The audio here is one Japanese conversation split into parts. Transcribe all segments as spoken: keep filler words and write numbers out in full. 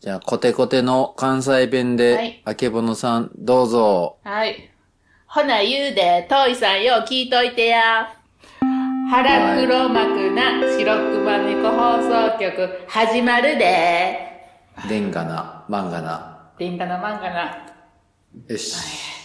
じゃあ、コテコテの関西弁で、 はい、 あけぼのさん、どうぞ。 はい。ほな言うで、トイさんよう聞いといてや。腹黒幕な白熊猫放送局、始まるで。 でんがな、まんがな。 でんがなまんがな。 よし。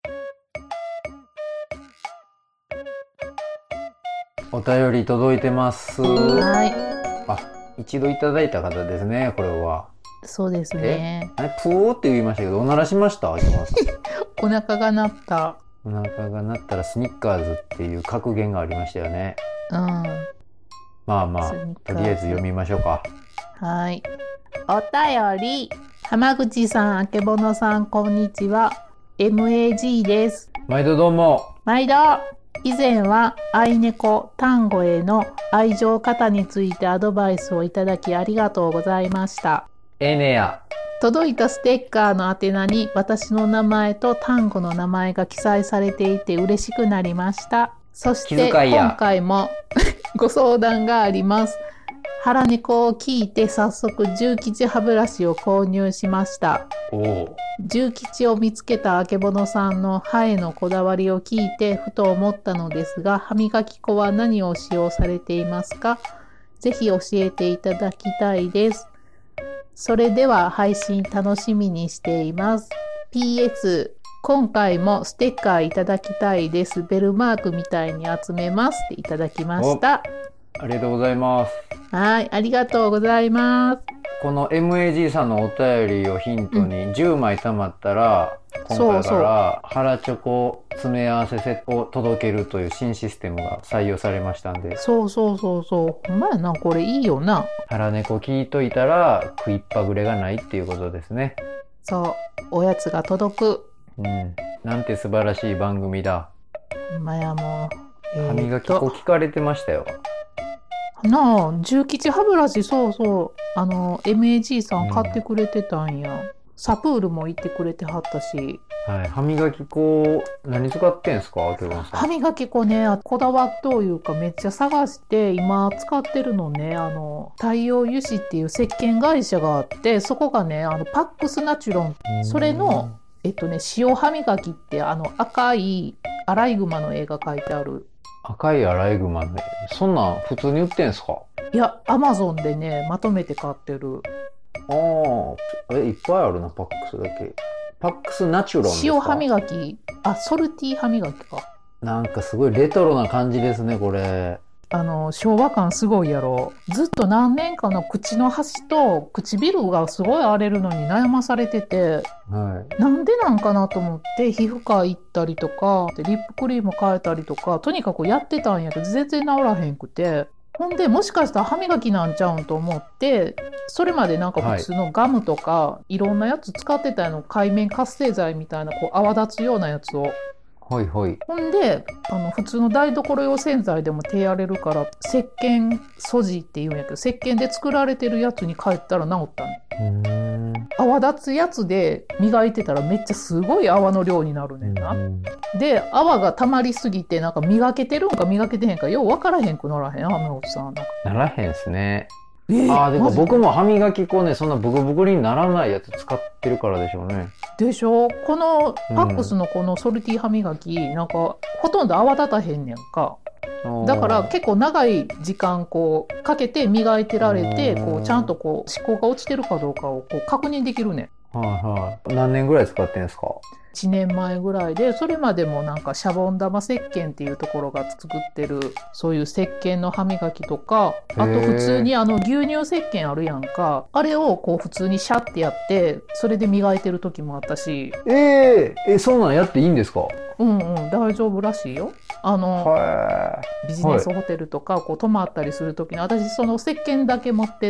お便り届いてます。 はい。 あ、一度いただいた方ですね、これは。 そうですね。 え、プーって言いましたけど、おならしましたあけぼのさん。お腹が鳴った。 お腹が鳴ったらスニッカーズっていう格言がありましたよね。 うん。 まあまあ、とりあえず読みましょうか。 はい。お便り。浜口さん、あけぼのさん、こんにちは。エムエージー です。 毎度どうも。 毎度。以前は愛猫タンゴへの愛情方についてアドバイスをいただきありがとうございました。 ええねや。 届いたステッカーの宛名に私の名前とタンゴの名前が記載されていて嬉しくなりました。そして今回もご相談があります。腹猫を聞いて早速重吉歯ブラシを購入しました。 お重吉を見つけたあけぼのさんの歯へのこだわりを聞いてふと思ったのですが、歯磨き粉は何を使用されていますか？ぜひ教えていただきたいです。それでは配信楽しみにしています。ピーエス 今回もステッカーいただきたいです。ベルマークみたいに集めますっていただきました。 ありがとうございます。 はい、ありがとうございます。 この エムエージー さんのお便りをヒントにじゅうまい貯まったら、うん、今回から腹チョコ詰め合わせセットを届けるという新システムが採用されましたんで。 そうそうそうそう。ほんまやな、これいいよな。 腹猫聞いといたら食いっぱぐれがないっていうことですね。 そう、おやつが届く。 うん、なんて素晴らしい番組だ。 ほんまやもう、えー、 歯磨き粉聞かれてましたよ。 なあ、重吉歯ブラシ、そうそう、あの エムエージー さん買ってくれてたんや、うん、サプールも行ってくれてはったし、 はい、歯磨き粉何使ってんすか？ 歯磨き粉ね、こだわっというかめっちゃ探して今使ってるのね、あの太陽油脂っていう石鹸会社があって、そこがね、あのパックスナチュロン、それのえっとね塩歯磨きって、あの赤いアライグマの絵が描いてある赤いアライグマね。そんなん普通に売ってんすか？ いや、アマゾンでね、まとめて買ってる。 ああ、え、いっぱいあるな、パックスだけ。パックスナチュロンですか？ 塩歯磨き、あ、ソルティ歯磨きか。 なんかすごいレトロな感じですね、これ。 あの、昭和感すごいやろ。ずっと何年かの口の端と唇がすごい荒れるのに悩まされてて、 はい、 なんでなんかなと思って皮膚科行ったりとか、リップクリーム変えたりとか、とにかくやってたんやけど全然治らへんくて、ほんでもしかしたら歯磨きなんちゃうんと思って、それまでなんか普通のガムとか、はい、いろんなやつ使ってたの、界面活性剤みたいなこう泡立つようなやつを。 はいはい、 ほんであの普通の台所用洗剤でも手荒れるから石鹸素地っていうんやけど、石鹸で作られてるやつに変えたら治ったね。うーん、泡立つやつで磨いてたらめっちゃすごい泡の量になるねんな。んで泡が溜まりすぎてなんか磨けてるんか磨けてへんかよう分からへんくならへん？浜口さんなんかならへんすね。えー、ああ、でも僕も歯磨き粉ね、そんなブクブクにならないやつ使ってるからでしょうね。 でしょ。このパックスのこのソルティ歯磨き、うん、なんかほとんど泡立たへんねんか。だから結構長い時間こうかけて磨いてられて、こうちゃんとこう歯垢が落ちてるかどうかをこう確認できるねん。 はいはい。何年ぐらい使ってんですか？ いちねんまえぐらいで、それまでもなんかシャボン玉石鹸っていうところが作ってるそういう石鹸の歯磨きとか、あと普通にあの牛乳石鹸あるやんか、あれをこう普通にシャッてやってそれで磨いてる時もあったし。 えー、え、そんなんやっていいんですか？ うんうん、大丈夫らしいよ。あのビジネスホテルとかこう泊まったりする時に、私その石鹸だけ持ってって、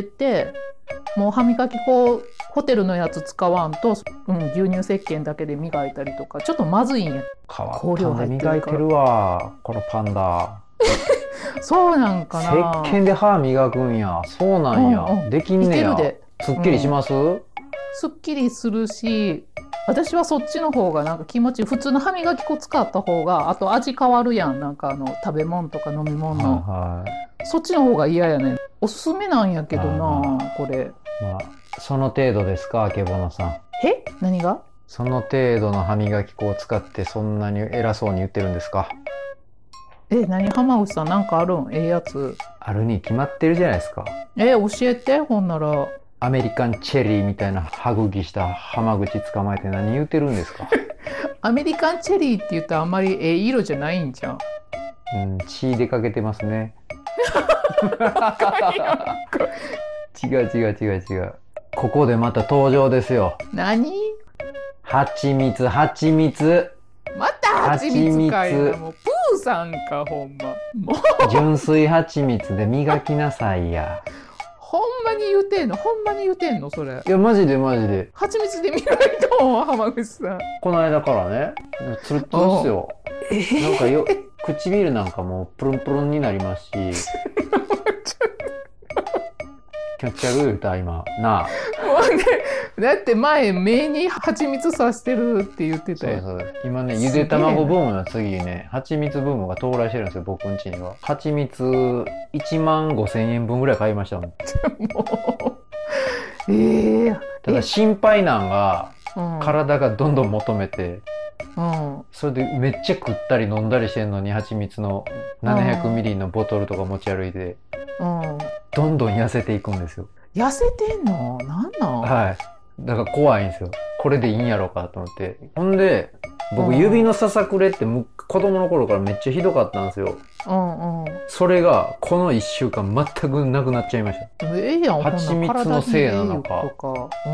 もう歯磨き粉ホテルのやつ使わんと、うん、牛乳石鹸だけで磨いたりとか、ちょっとまずいんや。 香料入ってるから磨いてるわこのパンダそうなんかな。 石鹸で歯磨くんや。そうなんや、うんうん、できんねや。すっきりします、うん、 すっきりするし、私はそっちの方がなんか気持ちいい。普通の歯磨き粉使った方があと味変わるやん、なんかあの食べ物とか飲み物の、はいはい、そっちの方が嫌やねん。おすすめなんやけどなこれ。 まあその程度ですか、あけぼのさん。 え何が？ その程度の歯磨き粉を使ってそんなに偉そうに言ってるんですか？ え、何浜口さんなんかあるん？ええやつ。 あるに決まってるじゃないですか。 え、教えて、ほんなら。 アメリカンチェリーみたいな歯茎した浜口捕まえて何言ってるんですか？ アメリカンチェリーって言ったらあんまりええ色じゃないんじゃん。 うん、血でかけてますね。違う違う違う違う。ここでまた登場ですよ。 何？ はちみつ、はちみつ。 またはちみつかいな。もうプーさんか、ほんま。もう純粋はちみつで磨きなさいや。 ほんまに言うてんの？ほんまに言うてんのそれ？ いやマジでマジで。 はちみつで磨いたん浜口さん。 この間からね、つるっつるっすよ。 えー、 なんかよ、唇なんかもプルンプルンになりますし。気持ち悪い言うた今なあ。 もうね、だって前目に蜂蜜さしてるって言ってたよ。 そうそう。今ね、ゆで卵ブームの次にね、蜂蜜ブームが到来してるんですよ、僕ん家には。蜂蜜いちまんごせんえんぶんぐらい買いましたもん。 もうえー、 ただ心配なんが、 うん、 体がどんどん求めて、 うん、 それでめっちゃ食ったり飲んだりしてんのに、蜂蜜のななひゃくミリのボトルとか持ち歩いて、 うん、 どんどん痩せていくんですよ。 痩せてんの？なんなん？ はい。だから怖いんですよ。これでいいんやろうかと思って。ほんで、僕指のささくれってむ子供の頃からめっちゃひどかったんですよ。 うんうん。 それがこのいっしゅうかん全くなくなっちゃいました。 ええやん、 蜂蜜のせいなのか。 うん。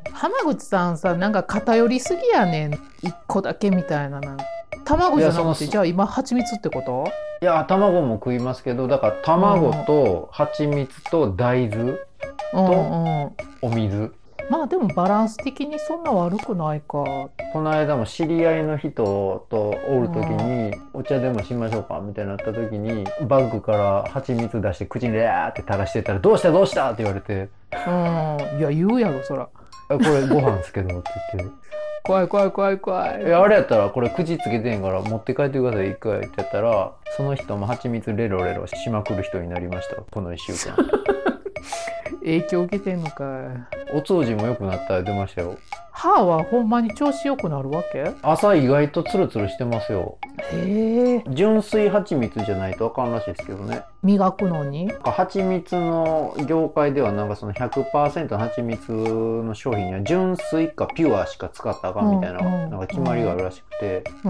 浜口さんさ、なんか偏りすぎやねん。一個だけみたいな。なん卵じゃなくて、じゃあ今蜂蜜ってこと？ いや、卵も食いますけど、だから卵と蜂蜜と大豆とお水。まあでもバランス的にそんな悪くないか。 この間も知り合いの人とおる時に、お茶でもしましょうかみたいになった時に、バッグから蜂蜜出して口にレーって垂らしてたら、どうしたどうしたって言われて、 うん、いや言うやろそら。 これご飯ですけどって言って。 怖い怖い怖い怖い。 いやあれやったらこれ口つけてんから持って帰ってください一回ってやったら、その人も蜂蜜レロレロしまくる人になりました。このいっしゅうかん。 影響受けてんのか。 お通じも良くなったら出ましたよ。 歯はほんまに調子良くなるわけ？ 朝意外とツルツルしてますよ。 へえ。 純粋蜂蜜じゃないとあかんらしいですけどね。 磨くのに？ 蜂蜜の業界ではなんかその ひゃくパーセント の蜂蜜の商品には純粋かピュアしか使ったらあかんみたいな、なんか決まりがあるらしくて、うん、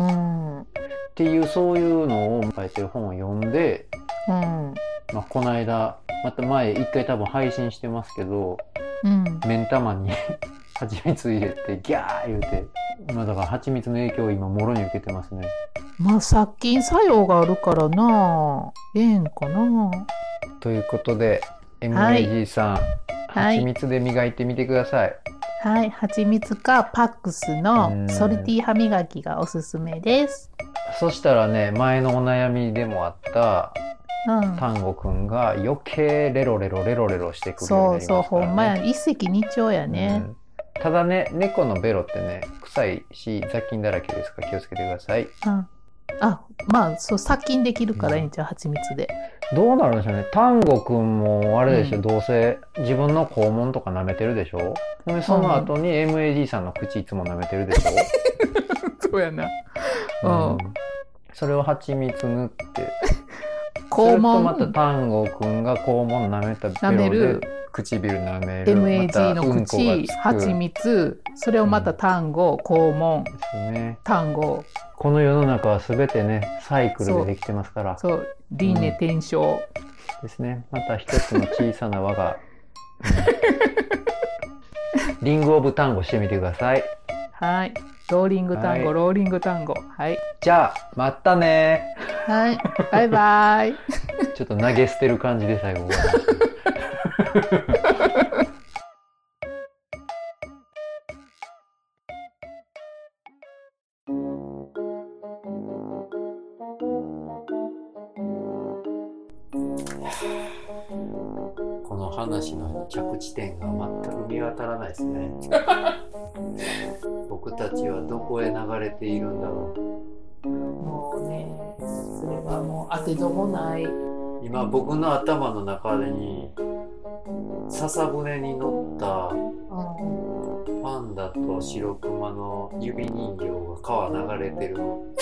っていうそういうのを書いてる本を読んで、うん、まあ、この間また前一回多分配信してますけど、うん、目ん玉に蜂蜜入れてギャー言うて、今だから蜂蜜の影響を今もろに受けてますね。 まあ殺菌作用があるからな、ええんかな。 ということで エムエージー さん、はい、蜂蜜で磨いてみてください。 はい、蜂蜜かパックスのソルティ歯磨きがおすすめです。 そしたらね、前のお悩みでもあった丹後くんが余計レロレロレロレロしてくるようになりますからね。 そうそう、ほんまや、一石二鳥やね、うん、 ただね、猫のベロってね臭いし雑菌だらけですから気をつけてください。うん、 あ、まあそう殺菌できるからいいんちゃう、蜂蜜で。 どうなるんでしょうね。丹後くんもあれでしょ、うん、どうせ自分の肛門とか舐めてるでしょ。でその後に エムエージー さんの口いつも舐めてるでしょ。 そうやな、 うん、それを蜂蜜塗って肛門、また丹後くんが肛門舐めたベロで唇舐めるエムエージー の口、蜂蜜、それをまた丹後、肛門ですね。丹後、 この世の中は全てねサイクルでできてますから。 そう、輪廻転生、うん、 ですね。また一つの小さな輪が、うん、リングオブ単語してみてください。 はい、ローリング単語、はい、ローリング単語、はい。 じゃあまたね。 はい、バイバイ。 ちょっと投げ捨てる感じで最後は。この話の着地点が全く見当たらないですね。僕たちはどこへ流れているんだろう。もうね、それはもう当てどもない。 今僕の頭の中に笹舟に乗ったうんパンダと白熊の指人形が川流れてる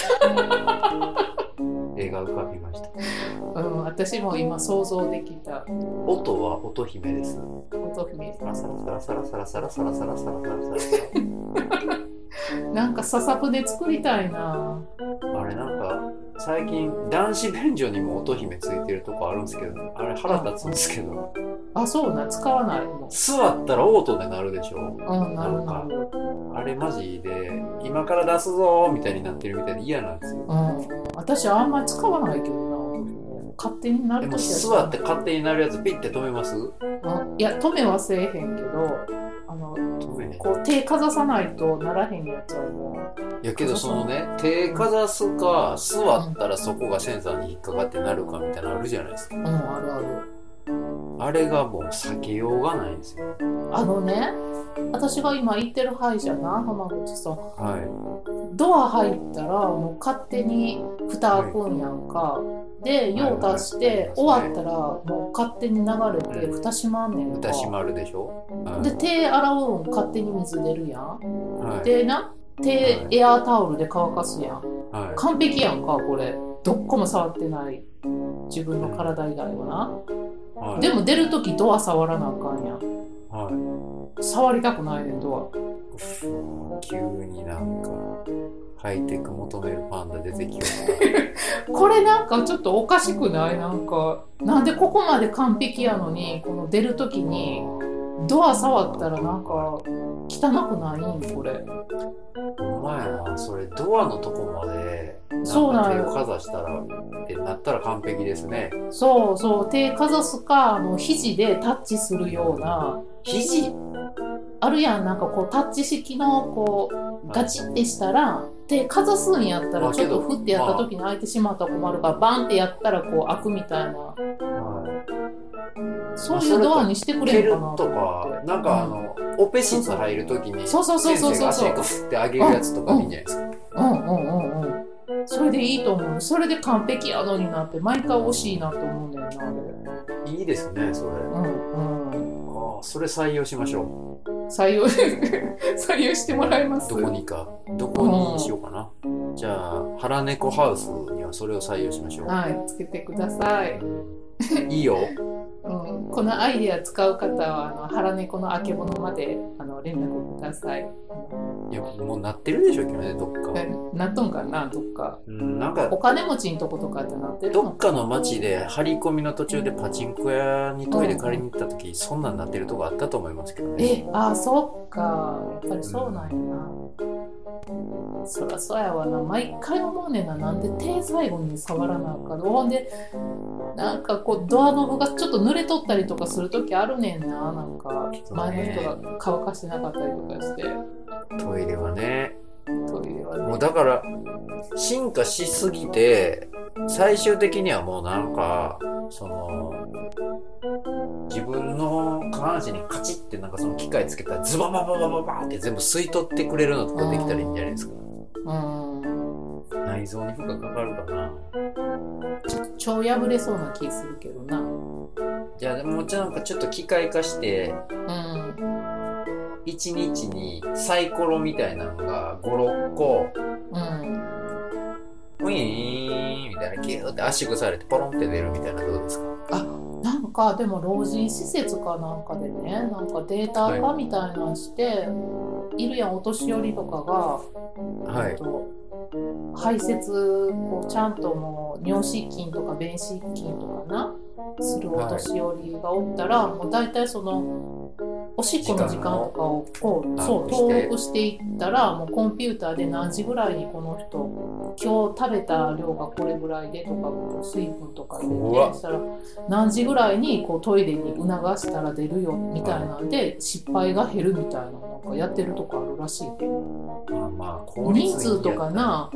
絵が浮かびました。 うん、私も今想像できた。 音は音姫です。 音姫。 サラサラサラサラサラサラサラサラサラサラサラサラ。 なんか笹舟作りたいな。 あれなんか最近男子便所にも音姫ついてるとこあるんですけど、あれ腹立つんですけど。 あ、そうなん、使わないの。 座ったらオートでなるでしょ。 うん、なるなる。 あれマジで今から出すぞーみたいになってるみたいで嫌なんですよ。 うん、私あんまり使わないけどな。勝手になでもるとき座って勝手になるやつピッて止めます？ うん、いや止めはせえへんけど、あの止めね。 こう手かざさないとならへんやつはもいやけどそのね、手かざすか座ったらそこがセンサーに引っかかってなるかみたいなのあるじゃないですか。 う、うん、あるある。 あれがもう避けようがないんですよ。 あのね、私が今行ってる歯医者な、浜口さん。 はドア入ったらもう勝手に蓋開くんやんか。で、用足して終わったらもう勝手に流れて蓋閉まんねんい。 か。 蓋閉まるでしょ。はい、 で、手洗うん勝手に水出るやん。 はい、 でな、手エアータオルで乾かすやん。 はい、 完璧やんか、これ。どっこも触ってない。自分の体以外はな。 はい、 でも出るときドア触らなあかんやん。 はい、 触りたくないねん、ド急になんかハイテク求めるパンダ出てきよア。これなんかちょっとおかしくない？なんか、なんでここまで完璧やのに、この出るときにドア触ったらなんか汚くないんこれ。 お前な、それドアのとこまでそうなんよ手をかざしたらってなったら完璧ですね。 そうそう、手かざすか、あの肘でタッチするような。 肘あるやん、なんかこうタッチ式のこうガチってしたら手かざすんやったらちょっとフッてやった時に開いてしまったら困るからバンってやったらこう開くみたいな、 はい、 そういうドアにしてくれるかなととか、なんかあの、うん、オペ室入る時にそうそうそうそうそう先生が足フッて上げるやつとかいいんじゃないですか。 うんうんうんうん、それでいいと思う。それで完璧やのになって毎回惜しいなと思うねんな、あれ。 いいですね、それ。うんうん。あ、それ採用しましょう。 採用採用してもらえます？ どこにか、どこにしようかな。うん、じゃあ、腹猫ハウスにはそれを採用しましょう。 はい、つけてください。 いいよ。 うん、このアイデア使う方はあの腹猫のあけぼのまであの連絡ください。 いやもうなってるでしょうけどね、どっか。 なっとんかな、どっか。 うん、なんかお金持ちんとことかってなってるのどっかの町で張り込みの途中でパチンコ屋にトイレ借りに行った時、うん、そんなんなってるとこあったと思いますけどね。 え、あ、そっか、やっぱりそうなんやな。うん、そりゃそうやわな。毎回思うねんな。なんで手最後に触らなあかん。ほんでなんかこうドアノブがちょっと濡れとったりとかする時あるねんな。なんか前の人が乾かしてなかったりとかして。 トイレはね。 トイレはね。 もうだから進化しすぎて最終的にはもうなんかその自分の下半身にカチッってなんかその機械つけたらズババババババって全部吸い取ってくれるのとかできたらいいんじゃないですか。うん。内臓に負荷かかるかな。 ちょっと腸破れそうな気するけどな。 じゃあでもじゃあなんかちょっと機械化して、 うん、 いちにちにサイコロみたいなのがご、ろっこ、 うん、 ウィーンみたいなキューって圧縮されてポロンって出るみたいなどうですか？ あ、なんかでも老人施設かなんかでね、なんかデータ化みたいなのして、はい、いるやんお年寄りとかが、はい、と排泄をちゃんともう尿失禁とか便失禁とかなするお年寄りがおったら、はい、もう大体そのおしっこの時間とかをこうそう登録していったらもうコンピューターで何時ぐらいにこの人今日食べた量がこれぐらいでとか水分とか入れてしたら何時ぐらいにこうトイレに促したら出るよみたいなんで失敗が減るみたいなのなんかやってるとこあるらしいけど、 まあまあ人数とかな、うん、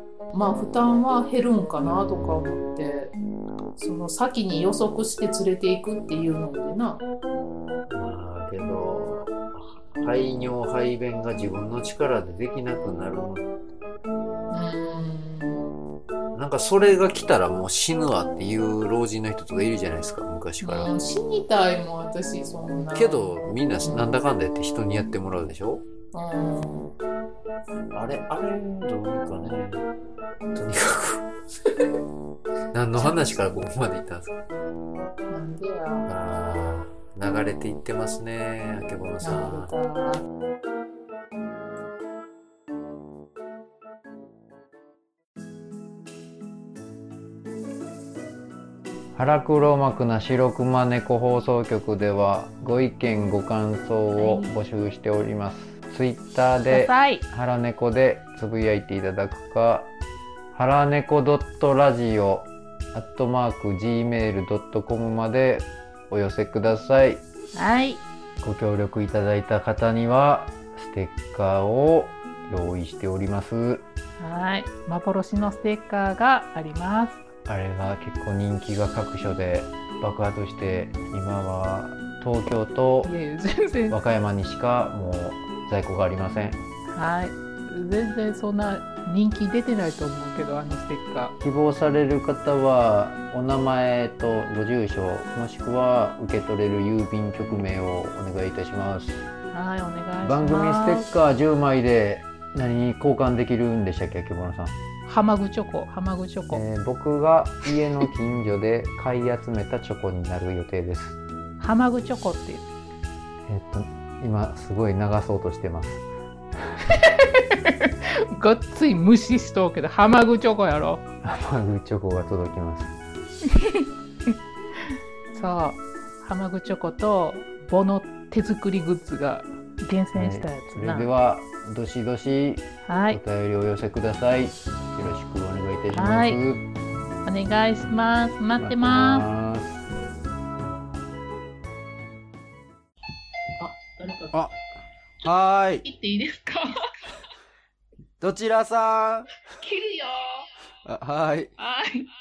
まあ負担は減るんかなとか思ってその先に予測して連れていくっていうのでな。 まあけど排尿排便が自分の力でできなくなるの、うん、なんなんかそれが来たらもう死ぬわっていう老人の人とかいるじゃないですか、昔から。 うん、死にたいもん私そんな。 けどみんななんだかんだやって人にやってもらうでしょ。 うん、 あれあれどういうかね。とにかく何の話からここまで行ったんですか。 なんでや。 あー、流れていってますね、あけぼのさん。腹黒幕な白熊猫放送局ではご意見ご感想を募集しております。ツイッターで腹猫でつぶやいていただくか、腹猫ドットラジオアットマークジーメールドットコムまでお寄せください。 はい。 ご協力いただいた方にはステッカーを用意しております。 はい。幻のステッカーがあります。 あれが結構人気が各所で爆発して、今は東京と和歌山にしかもう在庫がありません。 はい。全然そんな人気出てないと思うけど、あのステッカー。 希望される方はお名前とご住所、もしくは受け取れる郵便局名をお願いいたします。 はい、お願いします。 番組ステッカーじゅうまいで何に交換できるんでしたっけ、あけぼのさん。 浜具チョコ、浜具チョコ、 えー、僕が家の近所で買い集めたチョコになる予定です。 浜具チョコっていう。 えっと今すごい流そうとしてます。 ごっつい無視しとうけど、浜具チョコやろ。 浜具チョコが届きます。 そう、浜具チョコとボノ手作りグッズが厳選したやつな。 はい、それではどしどしはい、 お便りをお寄せください。よろしくお願いいたします。 はい、お願いします。待ってます。あ、誰か。 あ、はーい。 切っていいですか？ どちらさん？ 切るよ。 あ、はい。 はい。